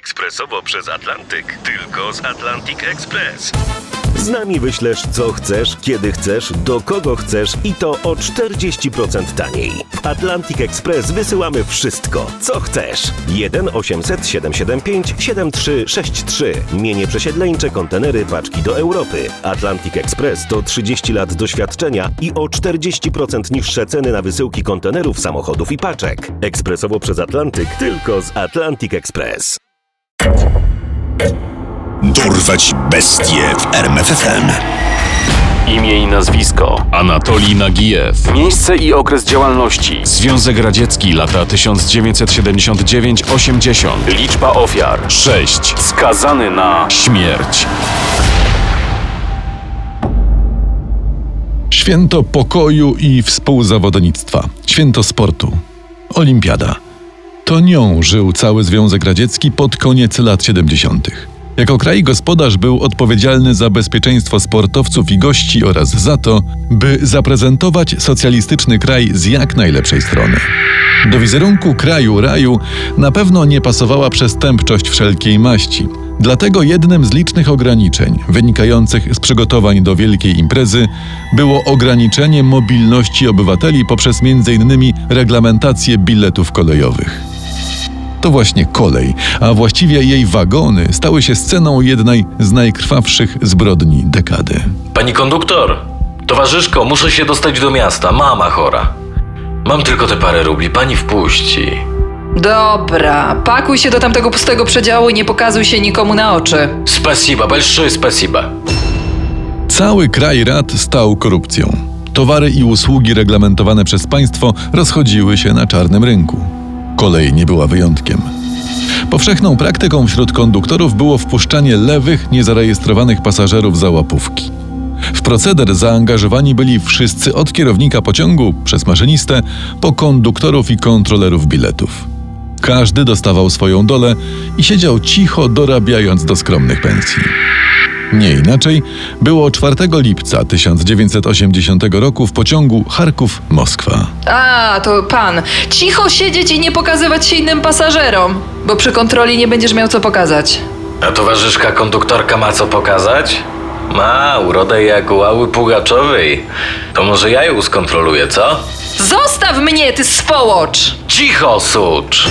ekspresowo przez Atlantyk. Tylko z Atlantic Express. Z nami wyślesz co chcesz, kiedy chcesz, do kogo chcesz i to o 40% taniej. W Atlantic Express wysyłamy wszystko, co chcesz. 1 800 775 7363. Mienie przesiedleńcze, kontenery, paczki do Europy. Atlantic Express to 30 lat doświadczenia i o 40% niższe ceny na wysyłki kontenerów, samochodów i paczek. Ekspresowo przez Atlantyk, tylko z Atlantic Express. Dorwać bestie w RMFFM. Imię i nazwisko: Anatolij Nagijew. Miejsce i okres działalności: Związek Radziecki, lata 1979-80. Liczba ofiar: 6. Skazany na Śmierć. Święto pokoju i współzawodnictwa. Święto sportu. Olimpiada. To nią żył cały Związek Radziecki pod koniec lat 70. Jako kraj gospodarz był odpowiedzialny za bezpieczeństwo sportowców i gości oraz za to, by zaprezentować socjalistyczny kraj z jak najlepszej strony. Do wizerunku kraju raju na pewno nie pasowała przestępczość wszelkiej maści. Dlatego jednym z licznych ograniczeń wynikających z przygotowań do wielkiej imprezy było ograniczenie mobilności obywateli poprzez m.in. reglamentację biletów kolejowych. To właśnie kolej, a właściwie jej wagony stały się sceną jednej z najkrwawszych zbrodni dekady. Pani konduktor, towarzyszko, muszę się dostać do miasta, mama chora. Mam tylko te parę rubli, pani wpuści. Dobra, pakuj się do tamtego pustego przedziału i nie pokazuj się nikomu na oczy. Spasiba, большое spasiba. Cały kraj rad stał korupcją. Towary i usługi reglamentowane przez państwo rozchodziły się na czarnym rynku. Kolej nie była wyjątkiem. Powszechną praktyką wśród konduktorów było wpuszczanie lewych, niezarejestrowanych pasażerów za łapówki. W proceder zaangażowani byli wszyscy od kierownika pociągu, przez maszynistę, po konduktorów i kontrolerów biletów. Każdy dostawał swoją dolę i siedział cicho, dorabiając do skromnych pensji. Nie inaczej było 4 lipca 1980 roku w pociągu Charków-Moskwa. A, to pan. Cicho siedzieć i nie pokazywać się innym pasażerom, bo przy kontroli nie będziesz miał co pokazać. A towarzyszka konduktorka ma co pokazać? Ma urodę jak u Łały Pugaczowej. To może ja ją skontroluję, co? Zostaw mnie, ty swołocz! Cicho, sucz!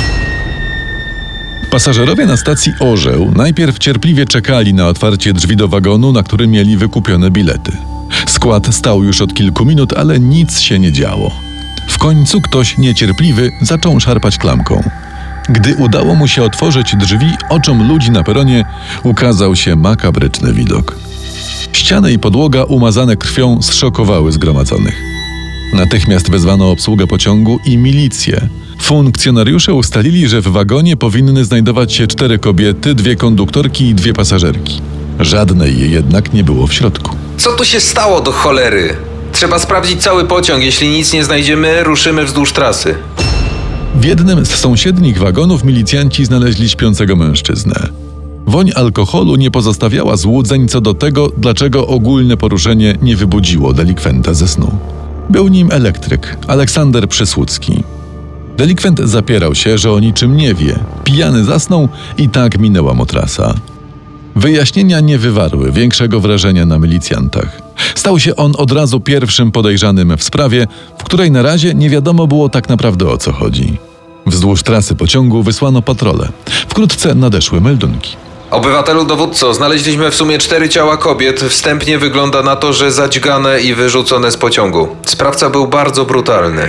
Pasażerowie na stacji Orzeł najpierw cierpliwie czekali na otwarcie drzwi do wagonu, na którym mieli wykupione bilety. Skład stał już od kilku minut, ale nic się nie działo. W końcu ktoś niecierpliwy zaczął szarpać klamką. Gdy udało mu się otworzyć drzwi, oczom ludzi na peronie ukazał się makabryczny widok. Ściany i podłoga umazane krwią zszokowały zgromadzonych. Natychmiast wezwano obsługę pociągu i milicję. Funkcjonariusze ustalili, że w wagonie powinny znajdować się 4 kobiety, 2 konduktorki i 2 pasażerki. Żadnej jednak nie było w środku. Co tu się stało do cholery? Trzeba sprawdzić cały pociąg. Jeśli nic nie znajdziemy, ruszymy wzdłuż trasy. W jednym z sąsiednich wagonów milicjanci znaleźli śpiącego mężczyznę. Woń alkoholu nie pozostawiała złudzeń co do tego, dlaczego ogólne poruszenie nie wybudziło delikwenta ze snu. Był nim elektryk Aleksander Przysłucki. Delikwent zapierał się, że o niczym nie wie. Pijany zasnął i tak minęła mu trasa. Wyjaśnienia nie wywarły większego wrażenia na milicjantach. Stał się on od razu pierwszym podejrzanym w sprawie, w której na razie nie wiadomo było tak naprawdę o co chodzi. Wzdłuż trasy pociągu wysłano patrole. Wkrótce nadeszły meldunki. Obywatelu dowódco, znaleźliśmy w sumie 4 ciała kobiet. Wstępnie wygląda na to, że zadźgane i wyrzucone z pociągu. Sprawca był bardzo brutalny.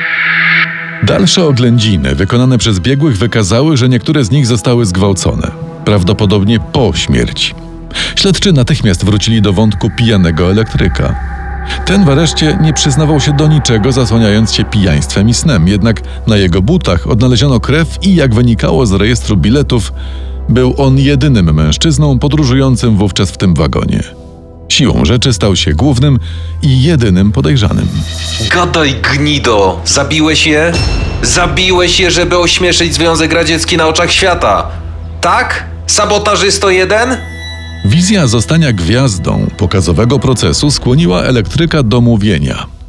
Dalsze oględziny wykonane przez biegłych wykazały, że niektóre z nich zostały zgwałcone. Prawdopodobnie po śmierci. Śledczy natychmiast wrócili do wątku pijanego elektryka. Ten w areszcie nie przyznawał się do niczego, zasłaniając się pijaństwem i snem. Jednak na jego butach odnaleziono krew i jak wynikało z rejestru biletów, był on jedynym mężczyzną podróżującym wówczas w tym wagonie. Siłą rzeczy stał się głównym i jedynym podejrzanym. Gadaj, gnido! Zabiłeś je? Zabiłeś je, żeby ośmieszyć Związek Radziecki na oczach świata. Tak? Sabotażysto 1? Wizja zostania gwiazdą pokazowego procesu skłoniła elektryka do mówienia.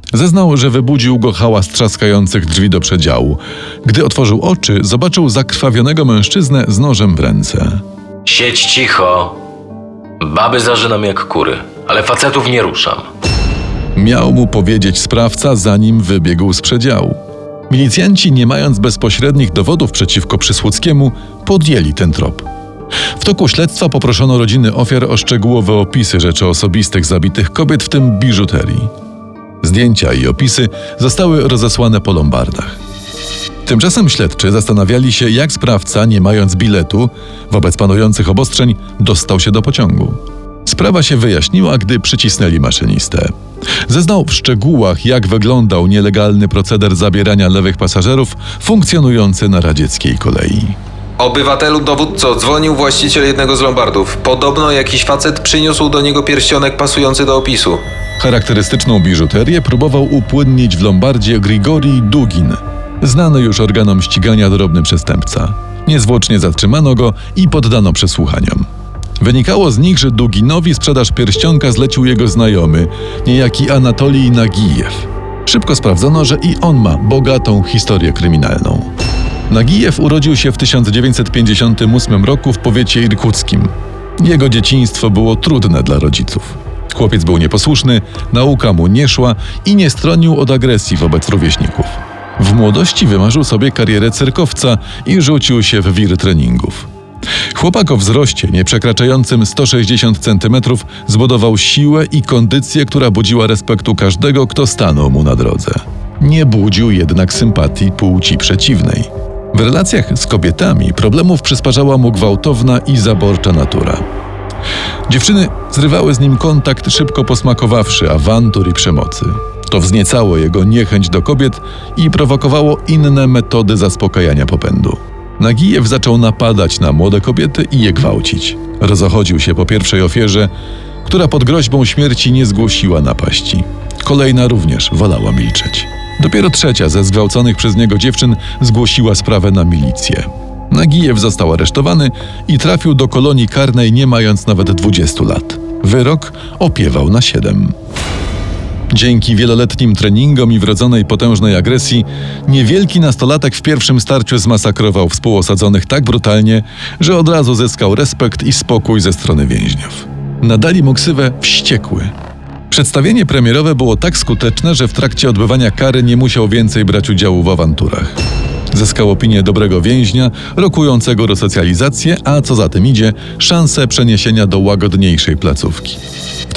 Zeznał, że wybudził go hałas trzaskających drzwi do przedziału. Gdy otworzył oczy, zobaczył zakrwawionego mężczyznę z nożem w ręce. Siedź cicho. Baby zażynam jak kury, ale facetów nie ruszam. Miał mu powiedzieć sprawca, zanim wybiegł z przedziału. Milicjanci, nie mając bezpośrednich dowodów przeciwko Przysłuckiemu, podjęli ten trop. W toku śledztwa poproszono rodziny ofiar o szczegółowe opisy rzeczy osobistych zabitych kobiet, w tym biżuterii. Zdjęcia i opisy zostały rozesłane po lombardach. Tymczasem śledczy zastanawiali się, jak sprawca, nie mając biletu, wobec panujących obostrzeń, dostał się do pociągu. Sprawa się wyjaśniła, gdy przycisnęli maszynistę. Zeznał w szczegółach, jak wyglądał nielegalny proceder zabierania lewych pasażerów funkcjonujący na radzieckiej kolei. Obywatelu dowódco, dzwonił właściciel jednego z lombardów. Podobno jakiś facet przyniósł do niego pierścionek pasujący do opisu. Charakterystyczną biżuterię próbował upłynnić w lombardzie Grigorij Dugin, znany już organom ścigania drobny przestępca. Niezwłocznie zatrzymano go i poddano przesłuchaniom. Wynikało z nich, że Duginowi sprzedaż pierścionka zlecił jego znajomy, niejaki Anatolij Nagijew. Szybko sprawdzono, że i on ma bogatą historię kryminalną. Nagijew urodził się w 1958 roku w powiecie irkuckim. Jego dzieciństwo było trudne dla rodziców. Chłopiec był nieposłuszny, nauka mu nie szła i nie stronił od agresji wobec rówieśników. W młodości wymarzył sobie karierę cyrkowca i rzucił się w wir treningów. Chłopak o wzroście nie przekraczającym 160 cm zbudował siłę i kondycję, która budziła respektu każdego, kto stanął mu na drodze. Nie budził jednak sympatii płci przeciwnej. W relacjach z kobietami problemów przysparzała mu gwałtowna i zaborcza natura. Dziewczyny zrywały z nim kontakt, szybko posmakowawszy awantur i przemocy. To wzniecało jego niechęć do kobiet i prowokowało inne metody zaspokajania popędu. Nagijew zaczął napadać na młode kobiety i je gwałcić. Rozochodził się po pierwszej ofierze, która pod groźbą śmierci nie zgłosiła napaści. Kolejna również wolała milczeć. Dopiero trzecia ze zgwałconych przez niego dziewczyn zgłosiła sprawę na milicję. Nagijew został aresztowany i trafił do kolonii karnej, nie mając nawet 20 lat. Wyrok opiewał na 7. Dzięki wieloletnim treningom i wrodzonej potężnej agresji, niewielki nastolatek w pierwszym starciu zmasakrował współosadzonych tak brutalnie, że od razu zyskał respekt i spokój ze strony więźniów. Nadali mu ksywę Wściekły. Przedstawienie premierowe było tak skuteczne, że w trakcie odbywania kary nie musiał więcej brać udziału w awanturach. Zyskał opinię dobrego więźnia, rokującego resocjalizację, a co za tym idzie, szansę przeniesienia do łagodniejszej placówki. W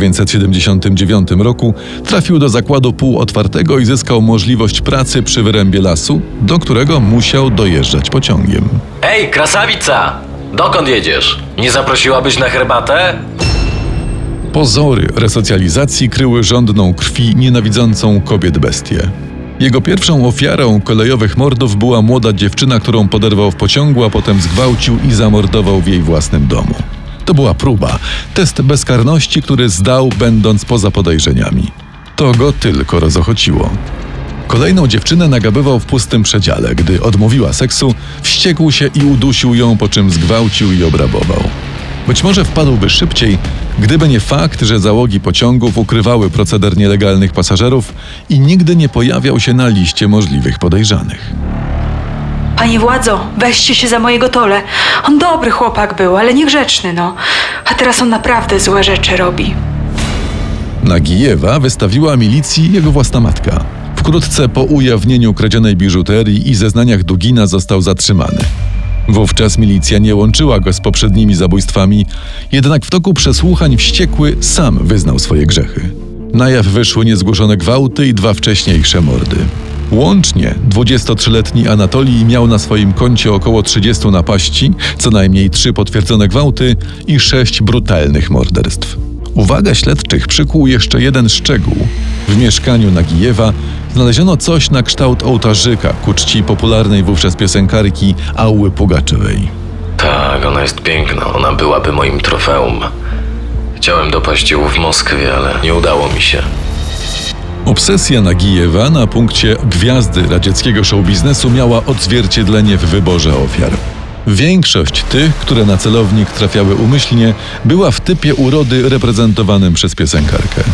1979 roku trafił do zakładu półotwartego i zyskał możliwość pracy przy wyrębie lasu, do którego musiał dojeżdżać pociągiem. Ej, krasawica! Dokąd jedziesz? Nie zaprosiłabyś na herbatę? Pozory resocjalizacji kryły żądną krwi, nienawidzącą kobiet bestię. Jego pierwszą ofiarą kolejowych mordów była młoda dziewczyna, którą poderwał w pociągu, a potem zgwałcił i zamordował w jej własnym domu. To była próba, test bezkarności, który zdał, będąc poza podejrzeniami. To go tylko rozochociło. Kolejną dziewczynę nagabywał w pustym przedziale. Gdy odmówiła seksu, wściekł się i udusił ją, po czym zgwałcił i obrabował. Być może wpadłby szybciej, gdyby nie fakt, że załogi pociągów ukrywały proceder nielegalnych pasażerów i nigdy nie pojawiał się na liście możliwych podejrzanych. Panie władzo, weźcie się za mojego Tole. On dobry chłopak był, ale niegrzeczny, no. A teraz on naprawdę złe rzeczy robi. Nagijewa wystawiła milicji jego własna matka. Wkrótce po ujawnieniu kradzionej biżuterii i zeznaniach Dugina został zatrzymany. Wówczas milicja nie łączyła go z poprzednimi zabójstwami, jednak w toku przesłuchań Wściekły sam wyznał swoje grzechy. Na jaw wyszły niezgłoszone gwałty i 2 wcześniejsze mordy. Łącznie 23-letni Anatolij miał na swoim koncie około 30 napaści, co najmniej 3 potwierdzone gwałty i 6 brutalnych morderstw. Uwaga śledczych przykuł jeszcze jeden szczegół. W mieszkaniu Nagijewa znaleziono coś na kształt ołtarzyka ku czci popularnej wówczas piosenkarki Alły Pugaczowej. Tak, ona jest piękna, ona byłaby moim trofeum. Chciałem dopaść ją w Moskwie, ale nie udało mi się. Obsesja Nagijewa na punkcie gwiazdy radzieckiego showbiznesu miała odzwierciedlenie w wyborze ofiar. Większość tych, które na celownik trafiały umyślnie, była w typie urody reprezentowanym przez piosenkarkę.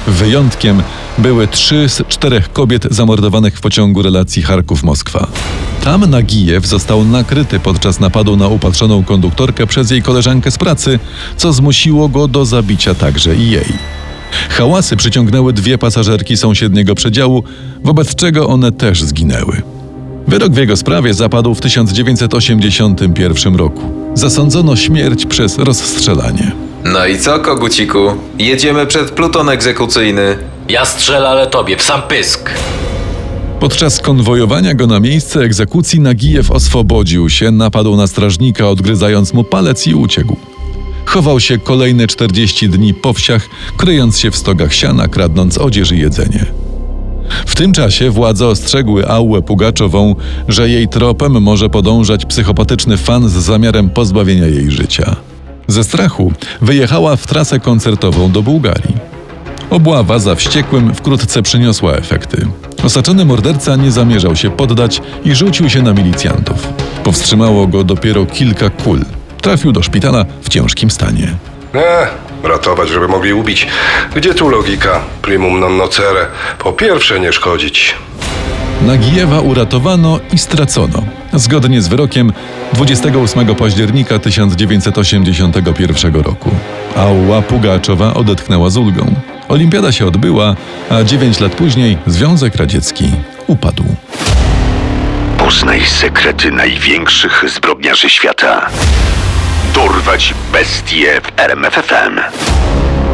Wyjątkiem były 3 z 4 kobiet zamordowanych w pociągu relacji Charków-Moskwa. Tam Nagijew został nakryty podczas napadu na upatrzoną konduktorkę przez jej koleżankę z pracy, co zmusiło go do zabicia także i jej. Hałasy przyciągnęły 2 pasażerki sąsiedniego przedziału, wobec czego one też zginęły. Wyrok w jego sprawie zapadł w 1981 roku. Zasądzono śmierć przez rozstrzelanie. No i co, koguciku? Jedziemy przed pluton egzekucyjny. Ja strzelę, ale tobie, w sam pysk. Podczas konwojowania go na miejsce egzekucji Nagijew oswobodził się, napadł na strażnika, odgryzając mu palec i uciekł. Chował się kolejne 40 dni po wsiach, kryjąc się w stogach siana, kradnąc odzież i jedzenie. W tym czasie władze ostrzegły Allę Pugaczową, że jej tropem może podążać psychopatyczny fan z zamiarem pozbawienia jej życia. Ze strachu wyjechała w trasę koncertową do Bułgarii. Obława za wściekłym wkrótce przyniosła efekty. Osaczony morderca nie zamierzał się poddać i rzucił się na milicjantów. Powstrzymało go dopiero kilka kul. Trafił do szpitala w ciężkim stanie. Ratować, żeby mogli ubić. Gdzie tu logika? Primum non nocere. Po pierwsze nie szkodzić. Nagijewa uratowano i stracono. Zgodnie z wyrokiem 28 października 1981 roku. Alla Pugaczowa odetchnęła z ulgą. Olimpiada się odbyła, a 9 lat później Związek Radziecki upadł. Poznaj sekrety największych zbrodniarzy świata. Dorwać bestie w RMF FM.